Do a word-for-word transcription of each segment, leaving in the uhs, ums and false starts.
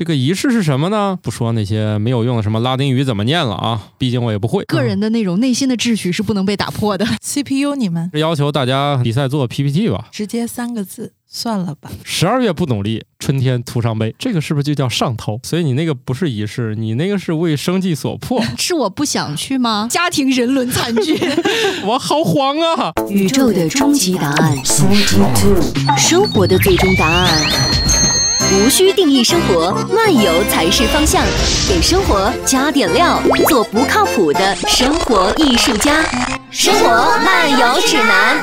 这个仪式是什么呢？不说那些没有用的什么拉丁语怎么念了啊，毕竟我也不会。 个人的那种内心的秩序是不能被打破的。 C P U 你们要求大家比赛做 P P T 吧， 直接三个字，算了吧。 十二月不努力，春天徒伤悲，这个是不是就叫上头？所以你那个不是仪式，你那个是为生计所迫。 是我不想去吗？家庭人伦惨剧。 我好慌啊！ 宇宙的终极答案，生活的最终答案。无需定义生活，漫游才是方向。给生活加点料，做不靠谱的生活艺术家。生活漫游指南。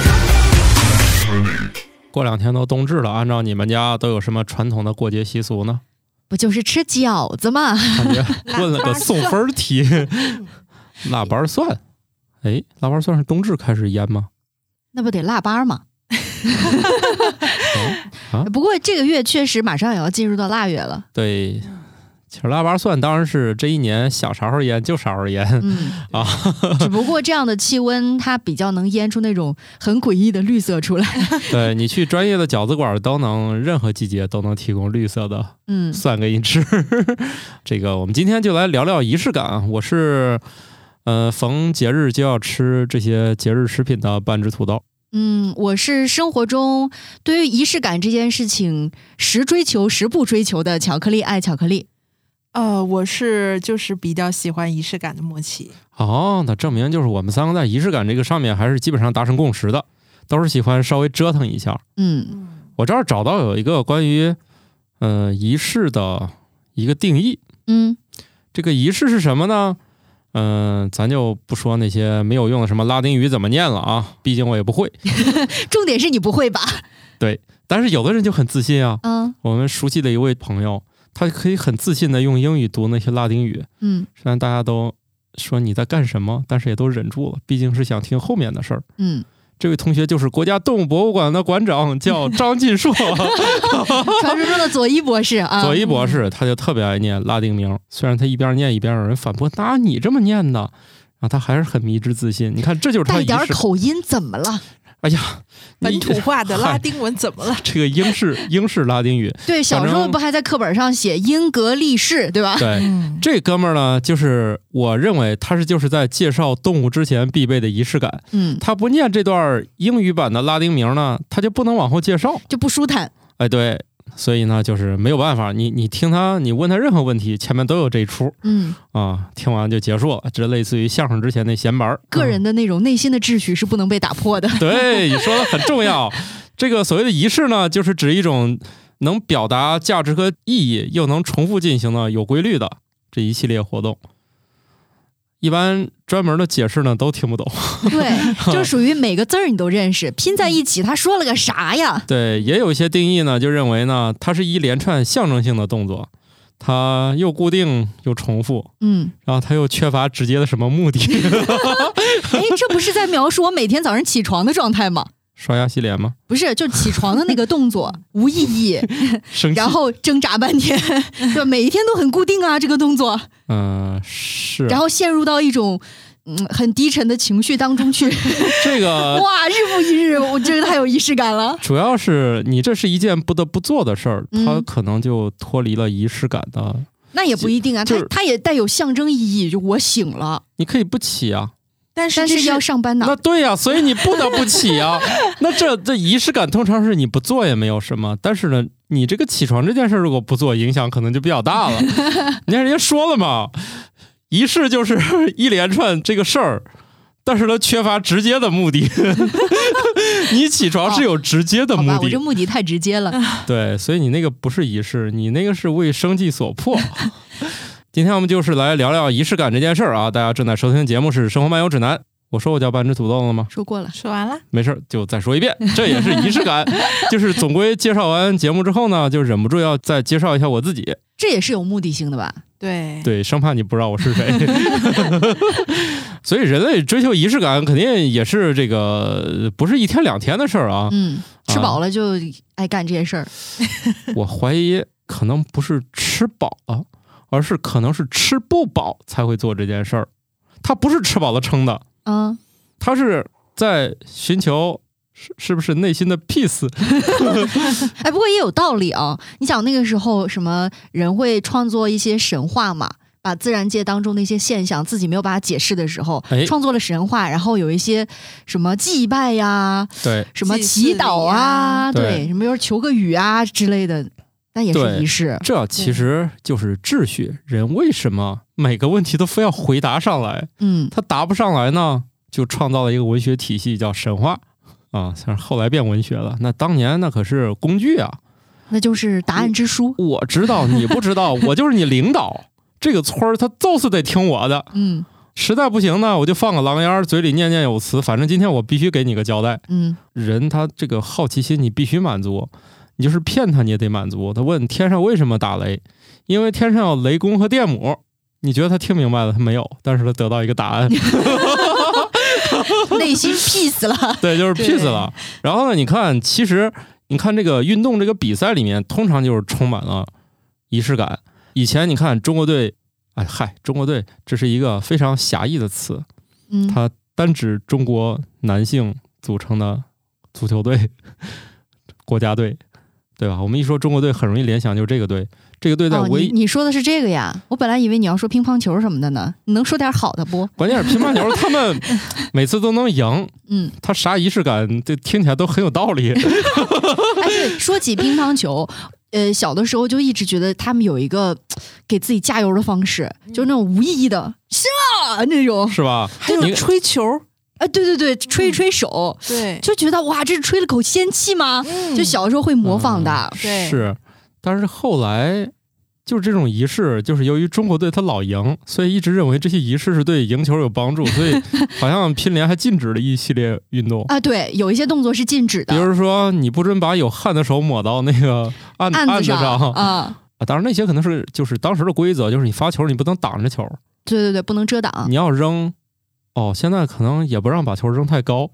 过两天都冬至了，按照你们家都有什么传统的过节习俗呢？ 不就是吃饺子吗？ 感觉问了个送分题。腊八蒜，哎，腊八蒜是冬至开始腌吗？ 那不得腊八吗？ 啊、 不过这个月确实马上也要进入到腊月了。 对，其实腊八蒜当然是这一年想啥时候腌就啥时候腌、 嗯、 啊。 只不过这样的气温它比较能腌出那种很诡异的绿色出来。 对，你去专业的饺子馆都能任何季节都能提供绿色的蒜给你吃、嗯、这个我们今天就来聊聊仪式感。我是呃逢节日就要吃这些节日食品的半只土豆。 嗯，我是生活中对于仪式感这件事情时追求时不追求的巧克力爱巧克力。 呃，我是就是比较喜欢仪式感的默契。 哦，那证明就是我们三个在仪式感这个上面还是基本上达成共识的，都是喜欢稍微折腾一下。 嗯， 我这儿找到有一个关于呃仪式的一个定义。 嗯， 这个仪式是什么呢？嗯、呃，咱就不说那些没有用的什么拉丁语怎么念了啊，毕竟我也不会。 重点是你不会吧？ 对，但是有的人就很自信啊。 嗯， 我们熟悉的一位朋友，他可以很自信的用英语读那些拉丁语。 嗯， 虽然大家都说你在干什么，但是也都忍住了，毕竟是想听后面的事儿。 嗯， 这位同学就是国家动物博物馆的馆长，叫张进硕。 传说中的佐伊博士啊。 佐伊博士他就特别爱念拉丁名，虽然他一边念一边有人反驳，哪你这么念的？然后他还是很迷之自信。你看，这就是他带点口音怎么了？ 哎呀， 本土化的拉丁文怎么了？ 这个英式英式拉丁语， 对，小时候不还在课本上写英格力士，对吧？ 对，嗯、这哥们儿呢，就是我认为他是就是在介绍动物之前必备的仪式感。 嗯， 他不念这段英语版的拉丁名呢，他就不能往后介绍， 就不舒坦。 哎，对。所以呢，就是没有办法，你你听他，你问他任何问题，前面都有这一出， 嗯啊，听完就结束了，这类似于相声之前那闲板儿。 个人的那种内心的秩序是不能被打破的。 对，你说的很重要。这个所谓的仪式呢，就是指一种能表达价值和意义，又能重复进行的有规律的这一系列活动。一般专门的解释呢都听不懂。 对，就属于每个字儿你都认识，拼在一起他说了个啥呀？ 对，也有一些定义呢就认为呢它是一连串象征性的动作，它又固定又重复， 嗯， 然后它又缺乏直接的什么目的。 哎，这不是在描述我每天早上起床的状态吗？ 刷牙洗脸吗？ 不是，就起床的那个动作无意义，然后挣扎半天，对吧？每一天都很固定啊，这个动作。 嗯、呃，是、啊。 然后陷入到一种嗯很低沉的情绪当中去。 这个哇，日复一日，我觉得太有仪式感了。 主要是你这是一件不得不做的事儿， 嗯、 它可能就脱离了仪式感的。 那也不一定啊，它它也带有象征意义。就我醒了， 你可以不起啊。 但是但是要上班呢， 那对呀、啊，所以你不得不起啊。那这这仪式感通常是你不做也没有什么，但是呢，你这个起床这件事如果不做，影响可能就比较大了。你看人家说了嘛，仪式就是一连串这个事儿，但是呢缺乏直接的目的。你起床是有直接的目的， 好吧，我这目的太直接了。 对，所以你那个不是仪式，你那个是为生计所迫。今天我们就是来聊聊仪式感这件事儿啊！大家正在收听的节目是《生活漫游指南》。我说我叫半只土豆了吗？ 说过了， 说完了， 没事，就再说一遍，这也是仪式感。就是总归介绍完节目之后呢，就忍不住要再介绍一下我自己。 这也是有目的性的吧？ 对对，生怕你不知道我是谁。所以人类追求仪式感，肯定也是这个不是一天两天的事儿啊。 嗯，吃饱了就爱干这些事儿。 我怀疑可能不是吃饱了。而是可能是吃不饱才会做这件事儿，他不是吃饱了撑的， 嗯， 他是在寻求是是不是内心的 peace？ 哎，不过也有道理啊。你想那个时候什么人会创作一些神话嘛，把自然界当中的一些现象自己没有办法解释的时候， 哎、 创作了神话，然后有一些什么祭拜呀， 对， 什么祈祷啊， 对， 对，什么求个雨啊之类的，那也是仪式。 这其实就是秩序。人为什么每个问题都非要回答上来？ 嗯， 他答不上来呢，就创造了一个文学体系叫神话啊，像后来变文学了。那当年那可是工具啊， 那就是答案之书。 我知道你不知道，我就是你领导。这个村儿他就是得听我的。 嗯， 实在不行呢，我就放个狼烟，嘴里念念有词，反正今天我必须给你个交代。 嗯， 人他这个好奇心你必须满足，你就是骗他你也得满足。他问天上为什么打雷，因为天上有雷公和电母。你觉得他听明白了？他没有，但是他得到一个答案。 内心 peace 了。 对，就是 peace 了。然后呢，你看，其实你看这个运动这个比赛里面，通常就是充满了仪式感。以前你看中国队，哎嗨，中国队这是一个非常狭义的词， 嗯， 它单指中国男性组成的足球队、国家队，对吧？我们一说中国队，很容易联想就是这个队。这个队在唯、 哦、你, 你说的是这个呀？我本来以为你要说乒乓球什么的呢，你能说点好的不？ 关键是乒乓球他们每次都能赢， 嗯， 他啥仪式感，这听起来都很有道理。 哎，对，说起乒乓球。呃，小的时候就一直觉得他们有一个给自己加油的方式，就是那种无意义的是吧那种， 是吧？ 还有吹球， 哎，对对对，吹一吹手， 嗯、对， 就觉得哇，这是吹了口仙气吗？嗯、就小的时候会模仿的， 嗯、 对， 是，但是后来就是这种仪式，就是由于中国队他老赢，所以一直认为这些仪式是对赢球有帮助，所以好像乒联还禁止了一系列运动啊。对，有一些动作是禁止的， 比如说你不准把有汗的手抹到那个案案子上啊啊。当然那些可能是就是当时的规则，就是你发球你不能挡着球， 对对对，不能遮挡， 你要扔。哦，现在可能也不让把球扔太高，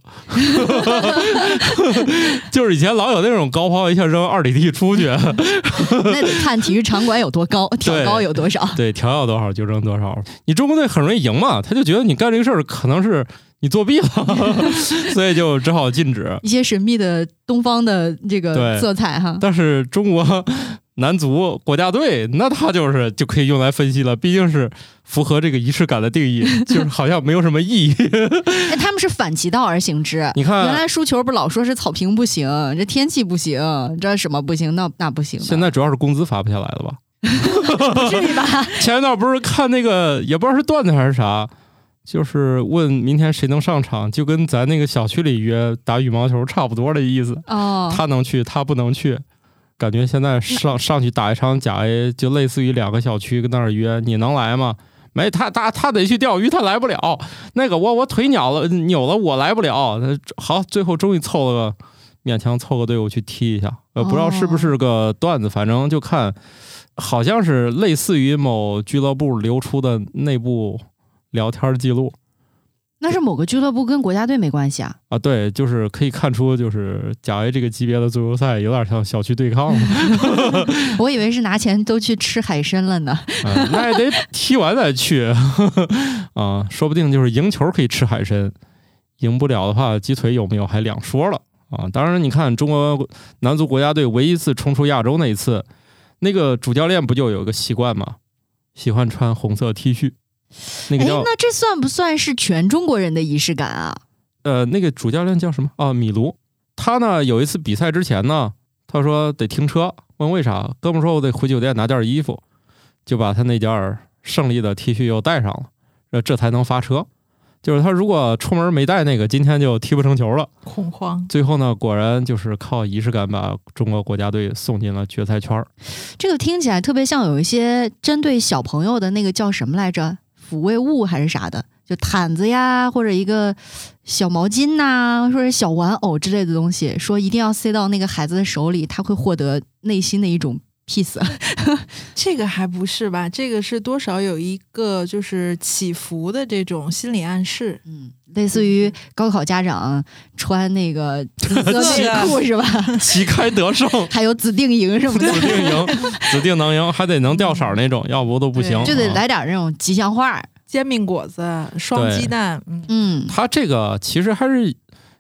就是以前老有那种高抛一下扔二里地出去， 那得看体育场馆有多高，挑高有多少。 对，调要多少就扔多少。你中国队很容易赢嘛，他就觉得你干这个事儿可能是你作弊了，所以就只好禁止一些神秘的东方的这个色彩哈。 但是中国男足国家队，那他就是就可以用来分析了，毕竟是符合这个仪式感的定义，就是好像没有什么意义。 哎，他们是反其道而行之。 你看， 原来输球不老说是草坪不行，这天气不行，这什么不行，那那不行。 现在主要是工资发不下来了吧？ 不至于吧？ 前一段不是看那个，也不知道是段子还是啥，就是问明天谁能上场，就跟咱那个小区里约打羽毛球差不多的意思。 哦， 他能去，他不能去。感觉现在上上去打一场甲 A， 就类似于两个小区跟那儿约，你能来吗？没，他他他得去钓鱼，他来不了。那个我我腿扭了扭了，我来不了。好，最后终于凑了个勉强凑个队伍去踢一下。呃，不知道是不是个段子，反正就看，好像是类似于某俱乐部流出的内部聊天记录。 那是某个俱乐部跟国家队没关系啊？ 啊，对，就是可以看出，就是甲 A 这个级别的足球赛有点像小区对抗。 我以为是拿钱都去吃海参了呢。 啊、那也得踢完再去啊，说不定就是赢球可以吃海参，赢不了的话，鸡腿有没有还两说了啊。当然，你看中国男足国家队唯一一次冲出亚洲那一次，那个主教练不就有一个习惯吗？喜欢穿红色 T 恤。那个叫， 那这算不算是全中国人的仪式感啊？ 呃，那个主教练叫什么啊？米卢。他呢有一次比赛之前呢，他说得停车，问为啥？哥们说我得回酒店拿件衣服，就把他那件胜利的 T 恤又带上了，这才能发车。就是他如果出门没带那个，今天就踢不成球了， 恐慌。 最后呢，果然就是靠仪式感把中国国家队送进了决赛圈。 这个听起来特别像有一些针对小朋友的那个叫什么来着？抚慰物还是啥的，就毯子呀，或者一个小毛巾呐、啊，或者小玩偶之类的东西，说一定要塞到那个孩子的手里，他会获得内心的一种 peace。 这个还不是吧？这个是多少有一个就是祈福的这种心理暗示， 嗯，类似于高考家长穿那个紫色内裤是吧？ 旗开得胜， 还有指定赢什么的， 指定赢，指定能赢，还得能掉色那种，要不都不行， 就得来点那种吉祥话， 煎饼果子、双鸡蛋， 嗯， 他这个其实还是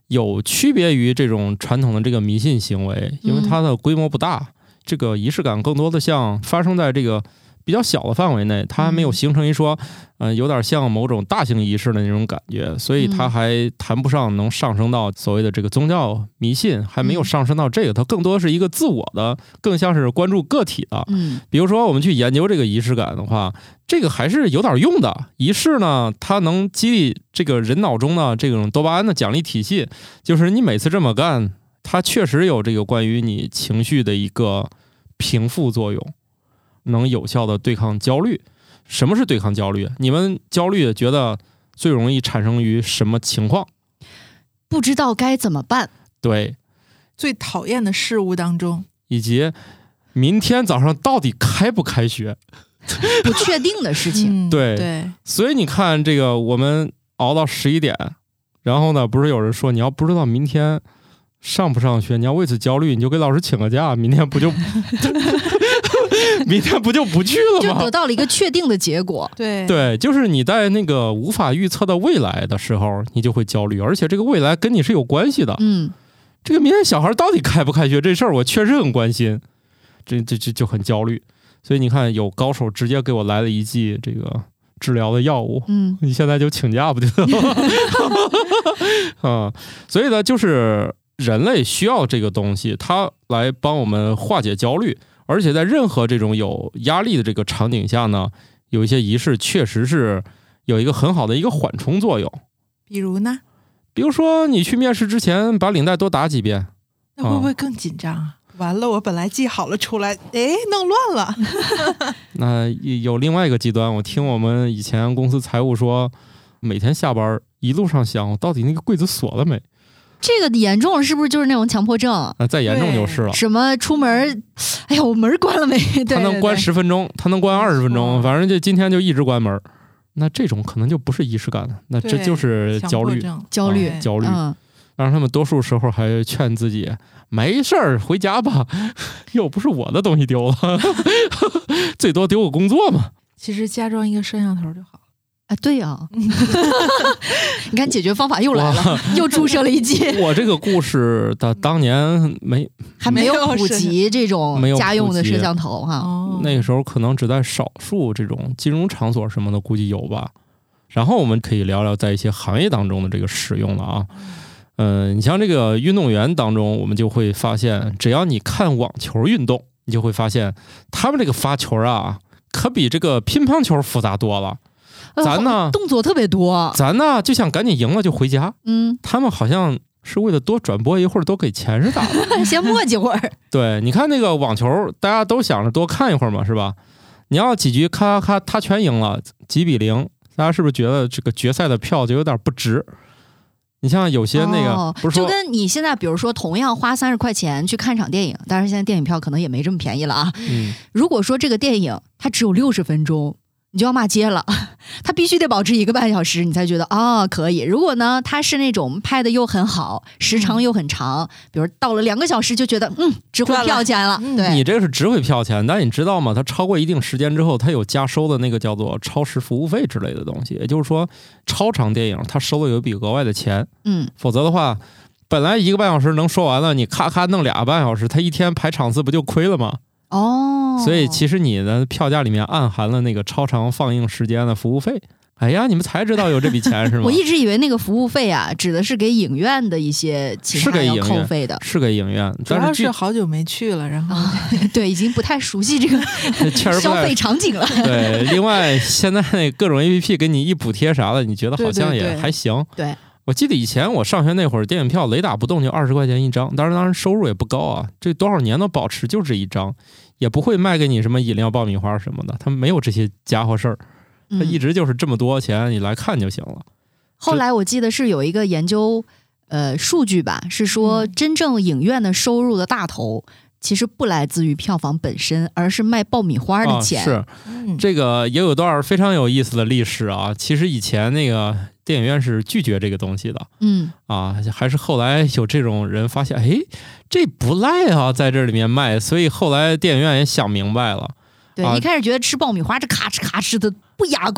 有区别于这种传统的这个迷信行为，因为它的规模不大，嗯、这个仪式感更多的像发生在这个比较小的范围内，它还没有形成一说，嗯、呃，有点像某种大型仪式的那种感觉，所以它还谈不上能上升到所谓的这个宗教迷信，还没有上升到这个，它更多是一个自我的，更像是关注个体的。 嗯， 比如说我们去研究这个仪式感的话，这个还是有点用的。仪式呢，它能激励这个人脑中的这种多巴胺的奖励体系，就是你每次这么干，它确实有这个关于你情绪的一个平复作用。能有效的对抗焦虑。什么是对抗焦虑？你们焦虑觉得最容易产生于什么情况？ 不知道该怎么办。 对， 最讨厌的事物当中， 以及明天早上到底开不开学， 不确定的事情。 嗯、 对对， 所以你看这个，我们熬到十一点，然后呢，不是有人说你要不知道明天上不上学，你要为此焦虑，你就给老师请个假，明天不就明天不就不去了吗？ 就得到了一个确定的结果。 对对，就是你在那个无法预测的未来的时候，你就会焦虑，而且这个未来跟你是有关系的。 嗯， 这个明天小孩到底开不开学这事儿，我确实很关心，这这这就很焦虑。所以你看，有高手直接给我来了一剂这个治疗的药物， 嗯， 你现在就请假不就得了？啊，所以呢，就是人类需要这个东西，它来帮我们化解焦虑。而且在任何这种有压力的这个场景下呢，有一些仪式确实是有一个很好的一个缓冲作用。 比如呢？ 比如说你去面试之前把领带多打几遍， 那会不会更紧张啊？嗯、完了，我本来记好了出来，哎，弄乱了。 那有另外一个极端，我听我们以前公司财务说，每天下班一路上想，我到底那个柜子锁了没？ 这个严重了，是不是就是那种强迫症？ 啊，再严重就是了。 什么出门，哎呀，我门关了没？ 他能关十分钟，他能关二十分钟，反正就今天就一直关门。那这种可能就不是仪式感了，那这就是焦虑， 焦虑， 啊、焦虑。 嗯， 让他们多数时候还劝自己没事儿，回家吧，又不是我的东西丢了，最多丢个工作嘛。 其实加装一个摄像头就好。 啊，对呀、啊，你看解决方法又来了，又注射了一剂。 我这个故事的当年没还没有普及这种家用的摄像头哈， 哦、 那个时候可能只在少数这种金融场所什么的估计有吧。然后我们可以聊聊在一些行业当中的这个使用了啊。嗯、呃，你像这个运动员当中，我们就会发现，只要你看网球运动，你就会发现他们这个发球啊，可比这个乒乓球复杂多了。咱呢动作特别多， 咱呢就想赶紧赢了就回家。 嗯， 他们好像是为了多转播一会儿，多给钱是咋的？ 先磨叽会儿。 对，你看那个网球，大家都想着多看一会儿嘛，是吧？你要几局咔咔咔，他全赢了，几比零，大家是不是觉得这个决赛的票就有点不值？你像有些那个， 哦、 不是说就跟你现在比如说同样花三十块钱去看场电影，但是现在电影票可能也没这么便宜了啊。 嗯， 如果说这个电影它只有六十分钟。你就要骂街了，他必须得保持一个半小时，你才觉得啊、哦、可以。如果呢，他是那种拍的又很好，时长又很长，比如到了两个小时，就觉得嗯值回票钱了。对， 你这个是值回票钱，但你知道吗？它超过一定时间之后，它有加收的那个叫做超时服务费之类的东西。也就是说，超长电影它收的有一笔额外的钱， 嗯， 否则的话，本来一个半小时能说完了，你咔咔弄俩半小时，他一天排场次不就亏了吗？ 哦， 所以其实你的票价里面暗含了那个超长放映时间的服务费。哎呀，你们才知道有这笔钱是吗？ 我一直以为那个服务费啊，指的是给影院的一些其他要扣费的， 是给影院， 主要是好久没去了，然后、 啊、对，已经不太熟悉这个消费场景了。 对，另外现在各种 A P P 给你一补贴啥的，你觉得好像也还行。 对，对对， 我记得以前我上学那会儿，电影票雷打不动就二十块钱一张，当然当然收入也不高啊，这多少年都保持就这一张。也不会卖给你什么饮料、爆米花什么的，他们没有这些家伙事儿，他一直就是这么多钱，你来看就行了。 后来我记得是有一个研究，呃，数据吧，是说真正影院的收入的大头，其实不来自于票房本身，而是卖爆米花的钱。 啊、是，这个也有段非常有意思的历史啊。其实以前那个电影院是拒绝这个东西的， 嗯啊，还是后来有这种人发现，哎，这不赖啊，在这里面卖，所以后来电影院也想明白了。 对，啊、一开始觉得吃爆米花这咔哧咔哧的不雅观，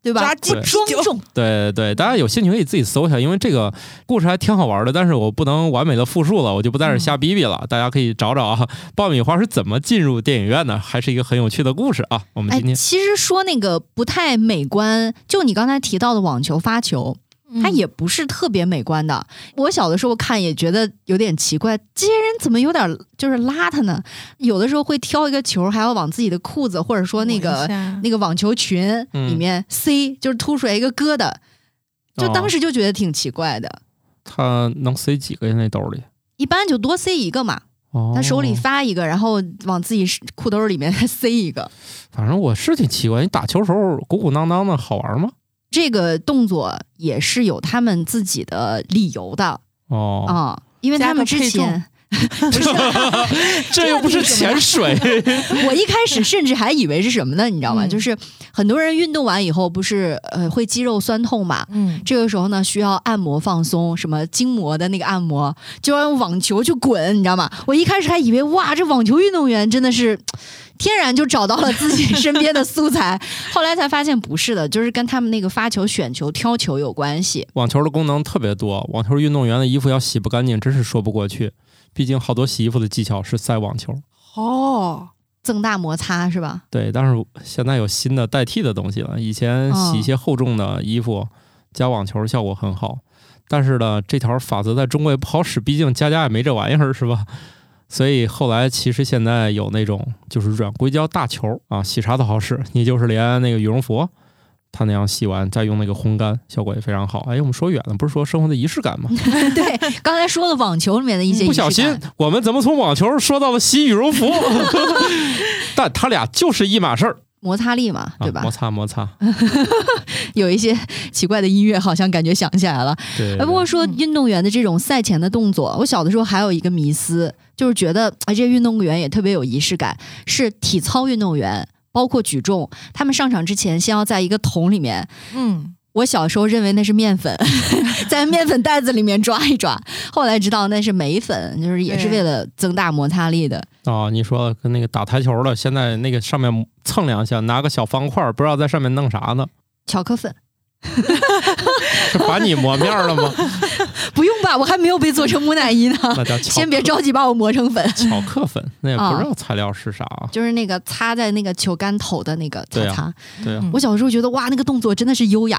对吧？ 抓鸡庄重。 对对，大家有兴趣可以自己搜一下，因为这个故事还挺好玩的，但是我不能完美的复述了，我就不在这瞎逼逼了，嗯、大家可以找找啊，爆米花是怎么进入电影院的，还是一个很有趣的故事啊。我们今天、 哎、其实说那个不太美观，就你刚才提到的网球发球。它也不是特别美观的，我小的时候看也觉得有点奇怪，这些人怎么有点就是邋遢呢？有的时候会挑一个球，还要往自己的裤子或者说那个那个网球裙里面塞，嗯、就是凸出来一个疙瘩，就当时就觉得挺奇怪的。 他能塞几个在那兜里？ 一般就多塞一个嘛。 哦、 他手里发一个，然后往自己裤兜里面塞一个。 反正我是挺奇怪，你打球时候鼓鼓囊囊的好玩吗？ 这个动作也是有他们自己的理由的哦啊、嗯，因为他们之前不是这又不是潜水。 我一开始甚至还以为是什么呢？你知道吗？嗯、就是很多人运动完以后不是呃会肌肉酸痛嘛，嗯，这个时候呢需要按摩放松，什么筋膜的那个按摩，就要用网球去滚，你知道吗？我一开始还以为哇，这网球运动员真的是。天然就找到了自己身边的素材，后来才发现不是的，就是跟他们那个发球、选球、挑球有关系。 网球的功能特别多，网球运动员的衣服要洗不干净，真是说不过去。毕竟好多洗衣服的技巧是塞网球。 哦， 增大摩擦是吧？ 对，但是现在有新的代替的东西了。以前洗一些厚重的衣服、哦、加网球效果很好，但是呢，这条法则在中国也不好使，毕竟家家也没这玩意儿，是吧？所以后来其实现在有那种就是软硅胶大球啊，洗啥都好使，你就是连那个羽绒服它那样洗完再用那个烘干，效果也非常好。哎，我们说远了，不是说生活的仪式感吗？ 对，刚才说了网球里面的一些仪式感， 不小心我们怎么从网球说到了洗羽绒服？但它俩就是一码事儿。 摩擦力嘛，对吧？ 啊、摩擦摩擦， 有一些奇怪的音乐，好像感觉想起来了。 对， 不过说运动员的这种赛前的动作，我小的时候还有一个迷思，就是觉得哎，这些运动员也特别有仪式感。是体操运动员，包括举重，他们上场之前先要在一个桶里面，嗯。我小时候认为那是面粉，在面粉袋子里面抓一抓，后来知道那是镁粉，就是也是为了增大摩擦力的。 哦，你说跟那个打台球的，现在那个上面蹭两下，拿个小方块，不知道在上面弄啥呢？ 巧克粉。 是把你磨面了吗？ 不用吧，我还没有被做成木乃伊呢。 那叫先别着急把我磨成粉。 巧克粉，那也不知道材料是啥、啊哦，就是那个擦在那个球杆头的那个擦擦。 对啊，对啊。 我小时候觉得哇，那个动作真的是优雅。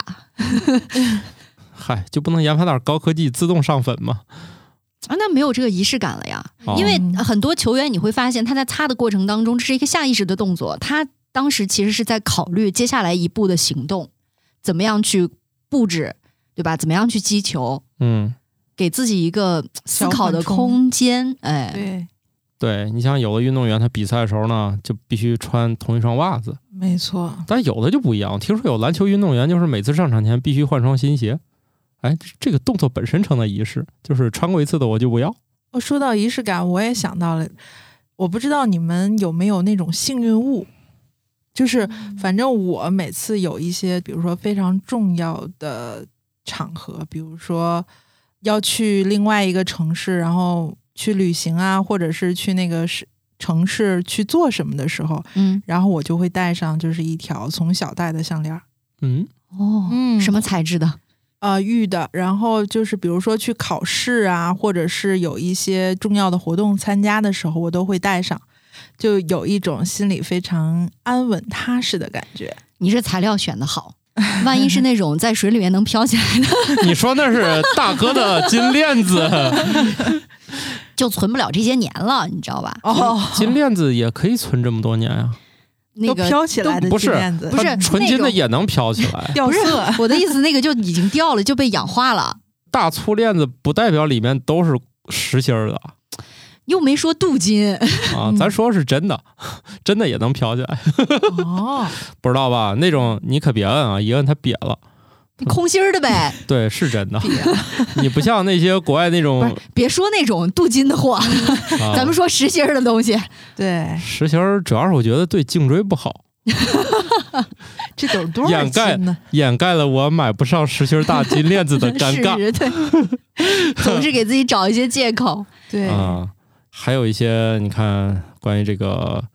嗨，就不能研发点高科技自动上粉吗？ 啊，那没有这个仪式感了呀。 哦、 因为很多球员你会发现他在擦的过程当中，这是一个下意识的动作，他当时其实是在考虑接下来一步的行动，怎么样去布置，对吧？怎么样去击球？嗯，给自己一个思考的空间。哎， 对， 对，你像有的运动员他比赛的时候呢，就必须穿同一双袜子， 没错。 但有的就不一样，听说有篮球运动员就是每次上场前必须换双新鞋。哎，这个动作本身成了仪式，就是穿过一次的我就不要。 哦，说到仪式感，我也想到了，我不知道你们有没有那种幸运物。就是反正我每次有一些比如说非常重要的场合，比如说要去另外一个城市，然后去旅行啊，或者是去那个城市去做什么的时候，嗯，然后我就会带上就是一条从小戴的项链。 嗯， 哦，嗯，什么材质的？ 呃，玉的。然后就是比如说去考试啊，或者是有一些重要的活动参加的时候，我都会带上。就有一种心里非常安稳踏实的感觉。 你这材料选的好，万一是那种在水里面能飘起来的你说那是大哥的金链子就存不了这些年了，你知道吧？ 哦，金链子也可以存这么多年啊。 那个都飘起来的金链子， 不是纯金的也能飘起来。 掉色， 我的意思，那个就已经掉了，就被氧化了。 大粗链子不代表里面都是实心的。 又没说镀金啊，咱说是真的，真的也能飘起来。 哦， 不知道吧？那种你可别摁啊，一摁它瘪了， 空心儿的呗。 对，是真的。你不像那些国外那种， 别说那种镀金的货，啊、咱们说实心的东西。 对， 实心主要是我觉得对颈椎不好。 这都是多少钱呢？ 掩盖了我买不上实心大金链子的尴尬。 是，对，总是给自己找一些借口。 对啊。还有一些你看关于这个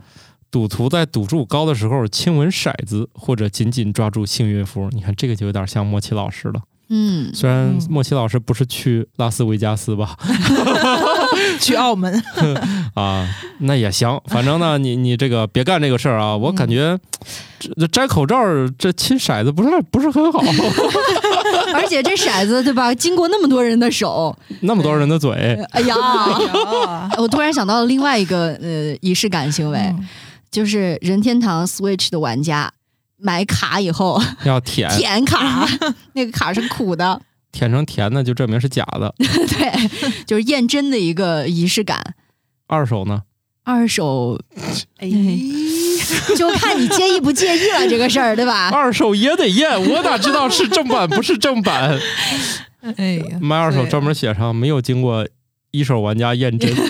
赌徒在赌注高的时候亲吻骰子，或者紧紧抓住幸运符。你看这个就有点像莫奇老师了。 嗯， 虽然莫奇老师不是去拉斯维加斯吧， 去澳门啊，那也行。反正呢，你你这个别干这个事儿啊。我感觉这摘口罩这亲骰子不是不是很好， 而且这骰子对吧？经过那么多人的手， 那么多人的嘴， 哎呀，我突然想到了另外一个呃仪式感行为，嗯、就是任天堂 Switch 的玩家。买卡以后要舔舔卡，那个卡是苦的， 舔成甜的就证明是假的。 对，就是验真的一个仪式感。 二手呢？ 二手，哎，就看你介意不介意了这个事儿，对吧？ 二手也得验，我哪知道是正版不是正版？ 哎呀， 卖二手专门写上没有经过一手玩家验真。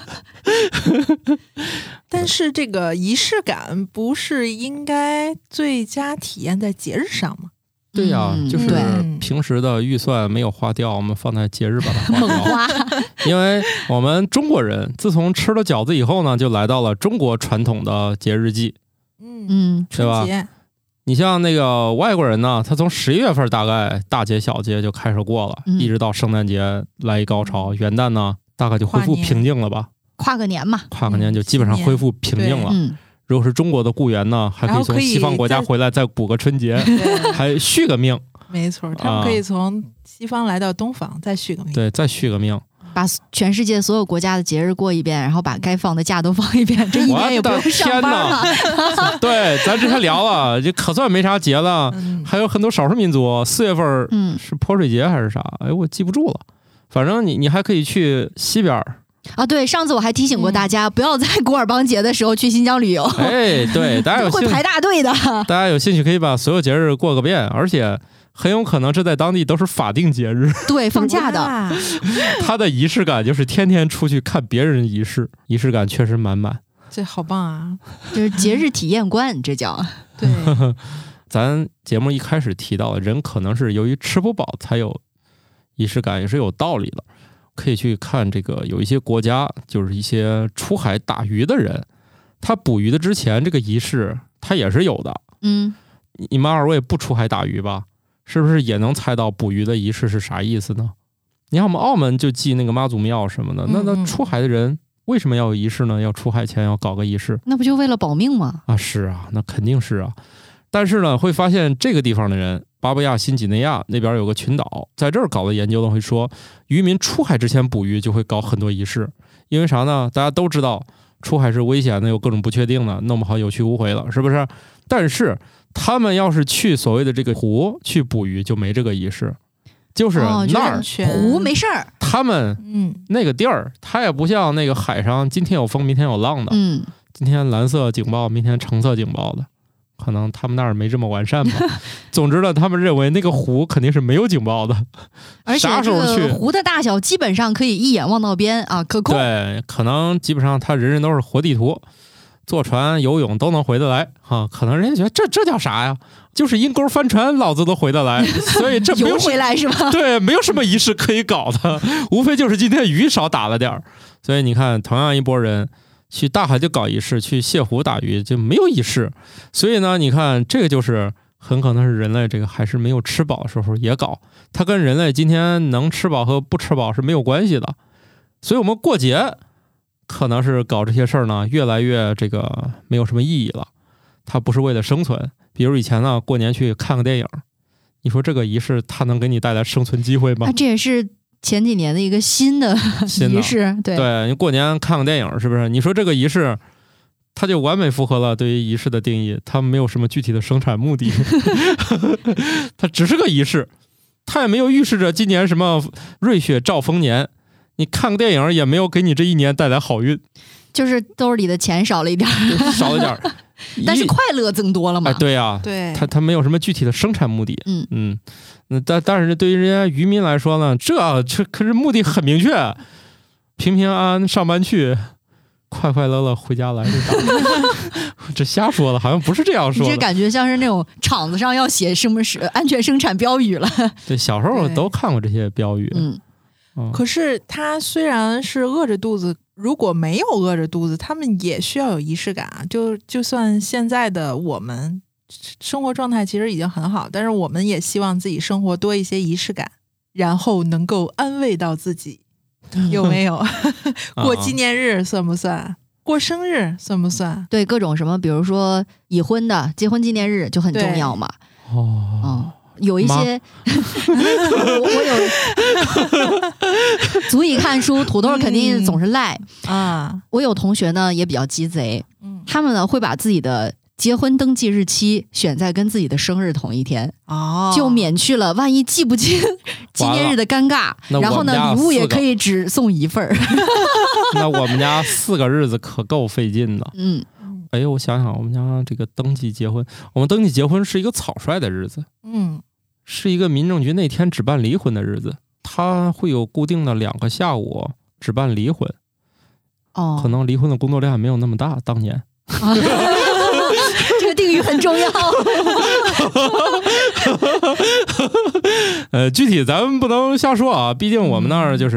但是这个仪式感不是应该最佳体验在节日上吗？ 对呀、啊嗯， 就是平时的预算没有花掉，我们放在节日把它猛花花。 因为我们中国人自从吃了饺子以后呢，就来到了中国传统的节日季， 嗯嗯， 对吧？你像那个外国人呢，他从十一月份大概大节小节就开始过了， 嗯、 一直到圣诞节来一高潮，元旦呢大概就恢复平静了吧。 跨个年嘛， 跨个年就基本上恢复平静了。 嗯， 如果是中国的雇员呢，还可以从西方国家回来再补个春节，还续个命。 没错，他们可以从西方来到东方，再续个命。 对，再续个命， 把全世界所有国家的节日过一遍，然后把该放的假都放一遍，这一年也不用上班了。 对，咱之前聊了，这可算没啥节了， 嗯、 还有很多少数民族四月份是泼水节还是啥？哎，我记不住了。反正你你还可以去西边。 啊，对，上次我还提醒过大家，嗯、不要在古尔邦节的时候去新疆旅游。 哎，对，大家有会排大队的。 大家有兴趣可以把所有节日过个遍，而且很有可能这在当地都是法定节日， 对，放假的。 他的仪式感就是天天出去看别人仪式，仪式感确实满满。 这好棒啊！ 就是节日体验观，这叫。 对， 咱节目一开始提到的人可能是由于吃不饱才有仪式感，也是有道理的。可以去看这个，有一些国家就是一些出海打鱼的人，他捕鱼的之前这个仪式他也是有的。 嗯， 你们二位不出海打鱼吧？是不是也能猜到捕鱼的仪式是啥意思呢？你看我们澳门就祭那个妈祖庙什么的，那那出海的人为什么要有仪式呢？要出海前要搞个仪式？ 那不就为了保命吗？ 啊，是啊，那肯定是啊。但是呢，会发现这个地方的人，巴布亚新几内亚那边有个群岛，在这儿搞的研究呢，会说渔民出海之前捕鱼就会搞很多仪式，因为啥呢？大家都知道出海是危险的，有各种不确定的，弄不好有去无回了，是不是？但是他们要是去所谓的这个湖去捕鱼，就没这个仪式，就是那儿、 哦、湖没事儿。 他们嗯那个地儿，它也不像那个海上，今天有风，明天有浪的， 嗯， 今天蓝色警报，明天橙色警报的。可能他们那儿没这么完善吧。总之呢，他们认为那个湖肯定是没有警报的， 而且这个湖的大小基本上可以一眼望到边啊，可控。 对，可能基本上他人人都是活地图，坐船游泳都能回得来啊。可能人家觉得这这叫啥呀？就是阴沟翻船，老子都回得来。所以这没有游回来是吧？ 对，没有什么仪式可以搞的，无非就是今天鱼少打了点儿。所以你看，同样一拨人。去大海就搞仪式，去泻湖打鱼就没有仪式，所以呢，你看这个就是很可能是人类这个还是没有吃饱的时候也搞，它跟人类今天能吃饱和不吃饱是没有关系的，所以我们过节可能是搞这些事儿呢，越来越这个没有什么意义了，它不是为了生存。比如以前呢，过年去看个电影，你说这个仪式它能给你带来生存机会吗？ 那这也是。前几年的一个新的仪式，对对，你过年看个电影是不是？你说这个仪式，它就完美符合了对于仪式的定义，它没有什么具体的生产目的，它只是个仪式，它也没有预示着今年什么瑞雪兆丰年。你看个电影也没有给你这一年带来好运， 就是兜里的钱少了一点， 少了一点。 但是快乐增多了嘛？ 哎，对呀、啊， 对， 它它没有什么具体的生产目的。 嗯嗯，那但但是对于人家渔民来说呢，这这可是目的很明确，平平安安上班去，快快乐乐回家来。这瞎说的，好像不是这样说的。 你这感觉像是那种厂子上要写什么是安全生产标语了。 对，小时候都看过这些标语。 嗯。 可是他虽然是饿着肚子如果没有饿着肚子，他们也需要有仪式感啊。就就算现在的我们生活状态其实已经很好，但是我们也希望自己生活多一些仪式感，然后能够安慰到自己，有没有？过纪念日算不算？过生日算不算？ 对，各种什么，比如说已婚的结婚纪念日就很重要嘛。 哦， 嗯，有一些我, 我有足以看书，土豆肯定总是赖、 嗯、啊。 我有同学呢也比较鸡贼， 嗯， 他们呢会把自己的结婚登记日期选在跟自己的生日同一天， 哦， 就免去了万一记不清纪念日的尴尬。然后呢，礼物也可以只送一份儿。 那我们家四个日子可够费劲的。 嗯， 哎，我想想，我们家这个登记结婚，我们登记结婚是一个草率的日子， 嗯， 是一个民政局那天只办离婚的日子，它会有固定的两个下午只办离婚。 哦， 可能离婚的工作量也没有那么大，当年。 啊这个定语很重要。 呃，具体咱们不能瞎说啊，毕竟我们那儿就是，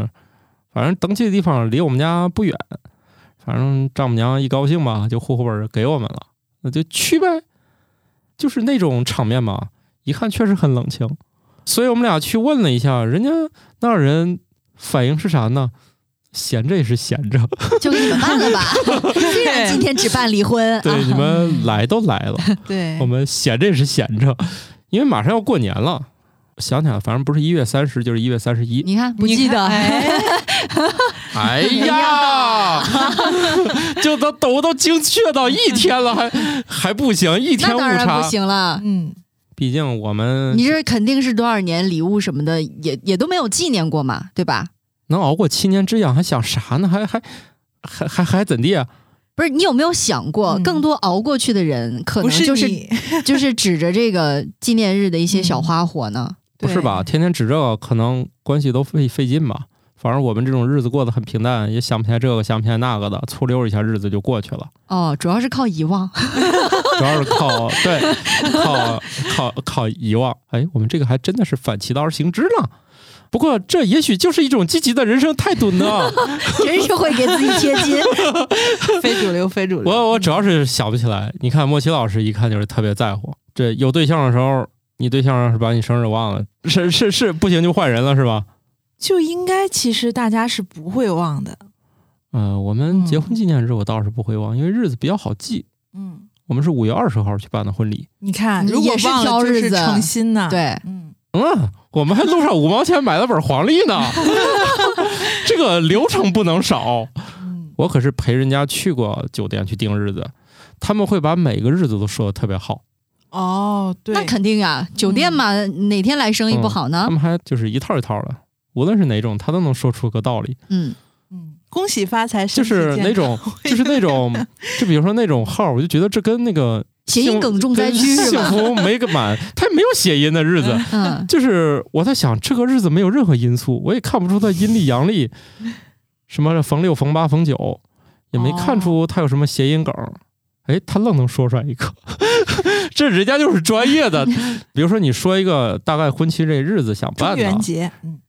反正登记的地方离我们家不远，反正丈母娘一高兴吧，就户口本给我们了，那就去呗。就是那种场面嘛，一看确实很冷清，所以我们俩去问了一下，人家那儿人反应是啥呢？闲着也是闲着， 就给你们办了吧。虽然今天只办离婚， 对、啊、你们来都来了， 对， 我们闲着也是闲着，因为马上要过年了。想想，反正不是一月三十，就是一月三十一。 你看不记得？ 哎, 哎呀，就都都都精确到一天了，还还不行，一天误差那当然不行了。 嗯， 毕竟我们你这肯定是多少年礼物什么的，也也都没有纪念过嘛，对吧？ 能熬过七年之痒，还想啥呢？还还还还还怎地啊？ 不是，你有没有想过，嗯、更多熬过去的人，可能就是就是指着这个纪念日的一些小花活呢？ 嗯、不是吧？天天指这个，可能关系都费费劲吧。反正我们这种日子过得很平淡，也想不起来这个，想不起来那个的，粗溜一下日子就过去了。 哦，主要是靠遗忘， 主要是靠对，靠靠靠遗忘。哎，我们这个还真的是反其道而行之呢。不过这也许就是一种积极的人生态度呢。 真是会给自己贴金。 非主流，非主流。 我我主要是想不起来。你看莫奇老师一看就是特别在乎。这有对象的时候，你对象要是把你生日忘了，是是是，不行就换人了，是吧？ 就应该其实大家是不会忘的。 嗯、呃，我们结婚纪念日我倒是不会忘，因为日子比较好记。 嗯， 我们是五月二十号去办的婚礼。 你看，如果忘了就是诚心呐。 对， 嗯嗯，我们还路上五毛钱买了本黄历呢。这个流程不能少。我可是陪人家去过酒店去订日子，他们会把每个日子都说的特别好。 哦，对， 那肯定啊，酒店嘛，嗯、哪天来生意不好呢、 嗯？他们还就是一套一套的，无论是哪种，他都能说出个道理。 嗯嗯，恭喜发财， 就是那种，就是那种，就比如说那种号，我就觉得这跟那个谐音梗重灾区是吧？ 幸福没个满，他也没有谐音的日子。 嗯， 就是我在想，这个日子没有任何因素，我也看不出它阴历阳历，什么逢六、逢八、逢九，也没看出它有什么谐音梗。哎，他愣能说出来一个，这人家就是专业的。比如说，你说一个大概婚期这日子想办的， 中元节，嗯，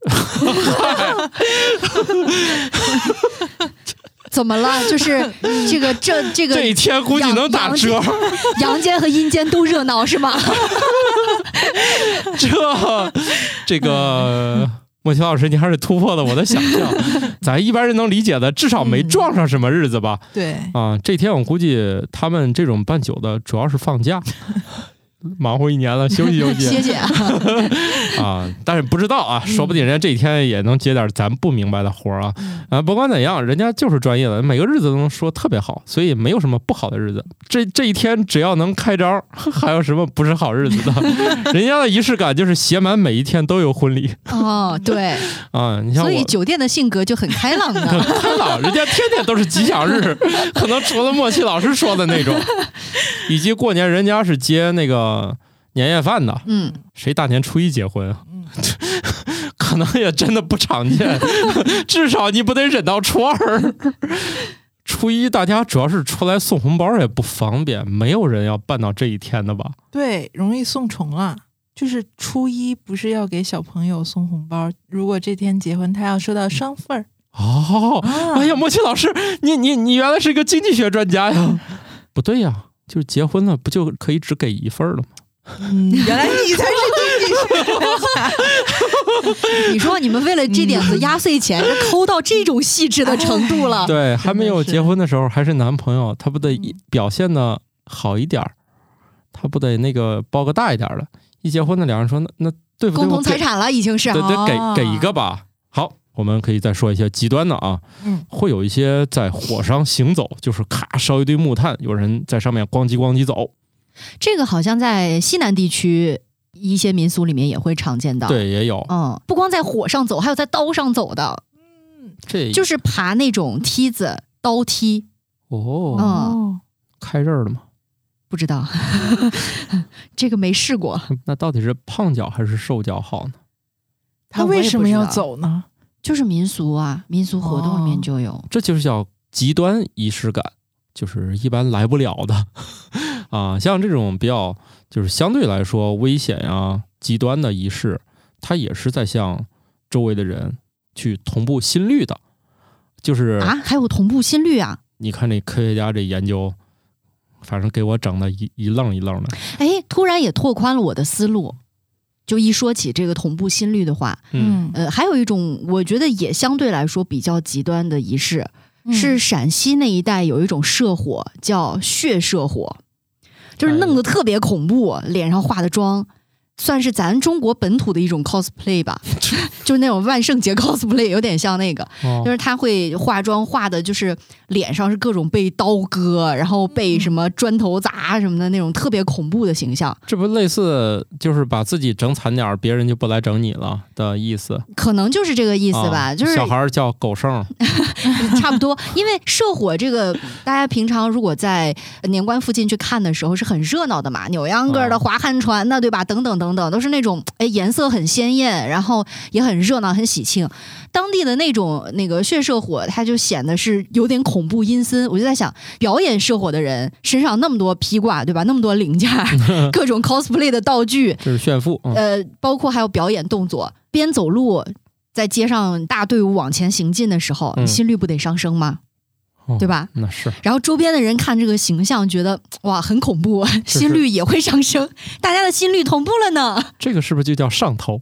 怎么了？就是这个这这个这一天估计能打折， 阳间和阴间都热闹是吗？ 这这个。莫奇老师，你还是突破了我的想象。咱一般人能理解的，至少没撞上什么日子吧？ 嗯、对啊，这天我估计他们这种办酒的主要是放假，忙活一年了，休息休息， 歇歇啊。但是不知道啊，说不定人家这一天也能接点咱不明白的活啊。啊，不管怎样，人家就是专业的，每个日子都能说特别好，所以没有什么不好的日子。这这一天只要能开招，还有什么不是好日子的？人家的仪式感就是写满每一天都有婚礼。 哦，对啊，你像我， 所以酒店的性格就很开朗的， 开朗，人家天天都是吉祥日，可能除了莫奇老师说的那种，以及过年人家是接那个年夜饭的， 嗯， 谁大年初一结婚啊？可能也真的不常见，至少你不得忍到初二。初一大家主要是出来送红包也不方便，没有人要办到这一天的吧？ 对，容易送重了。就是初一不是要给小朋友送红包，如果这天结婚，他要收到双份儿。 哦，哎呀，莫奇老师，你你你原来是一个经济学专家呀？不对呀，就是结婚了，不就可以只给一份了吗？ 嗯，原来你才是经济学专家。 你说你们为了这点子压岁钱，抠到这种细致的程度了？ 对，还没有结婚的时候还是男朋友，他不得表现的好一点，他不得那个包个大一点的。一结婚的两人说，那那对不对？ 共同财产了，已经是对对，给给一个吧。好，我们可以再说一些极端的啊， 嗯， 会有一些在火上行走，就是咔烧一堆木炭，有人在上面咣叽咣叽走。这个好像在西南地区一些民俗里面也会常见到。 对，也有。 嗯，不光在火上走，还有在刀上走的。 嗯， 这就是爬那种梯子，刀梯。 哦， 嗯， 开刃了吗？ 不知道，这个没试过。 那到底是胖脚还是瘦脚好呢？ 他为什么要走呢？ 就是民俗啊，民俗活动里面就有。 哦，这就是叫极端仪式感，就是一般来不了的啊。像这种比较就是相对来说危险啊、极端的仪式，它也是在向周围的人去同步心率的。就是啊，还有同步心率啊！ 你看这科学家这研究，反正给我整的一一愣一愣的。 哎，突然也拓宽了我的思路。就一说起这个同步心率的话， 嗯， 呃，还有一种我觉得也相对来说比较极端的仪式，嗯、是陕西那一带有一种社火叫血社火，就是弄得特别恐怖，哎、脸上化的妆，算是咱中国本土的一种 cosplay 吧，就是那种万圣节 cosplay， 有点像那个，哦、就是他会化妆化的，就是脸上是各种被刀割，然后被什么砖头砸什么的那种特别恐怖的形象。 这不类似就是把自己整惨点，别人就不来整你了的意思？ 可能就是这个意思吧，哦、就是小孩叫狗剩， 差不多。因为社火这个，大家平常如果在年关附近去看的时候，是很热闹的嘛，扭秧歌的、划旱船的，对吧？等等等等，都是那种哎颜色很鲜艳，然后也很热闹、很喜庆。当地的那种那个血社火，它就显得是有点恐怖阴森。我就在想，表演社火的人身上那么多披挂，对吧？那么多零件，各种 cosplay 的道具， 这是炫富。 嗯、呃，包括还有表演动作，边走路在街上大队伍往前行进的时候，嗯、心率不得上升吗？对吧？ 哦、那是。 然后周边的人看这个形象，觉得哇很恐怖，心率也会上升，大家的心率同步了呢。 这个是不是就叫上头？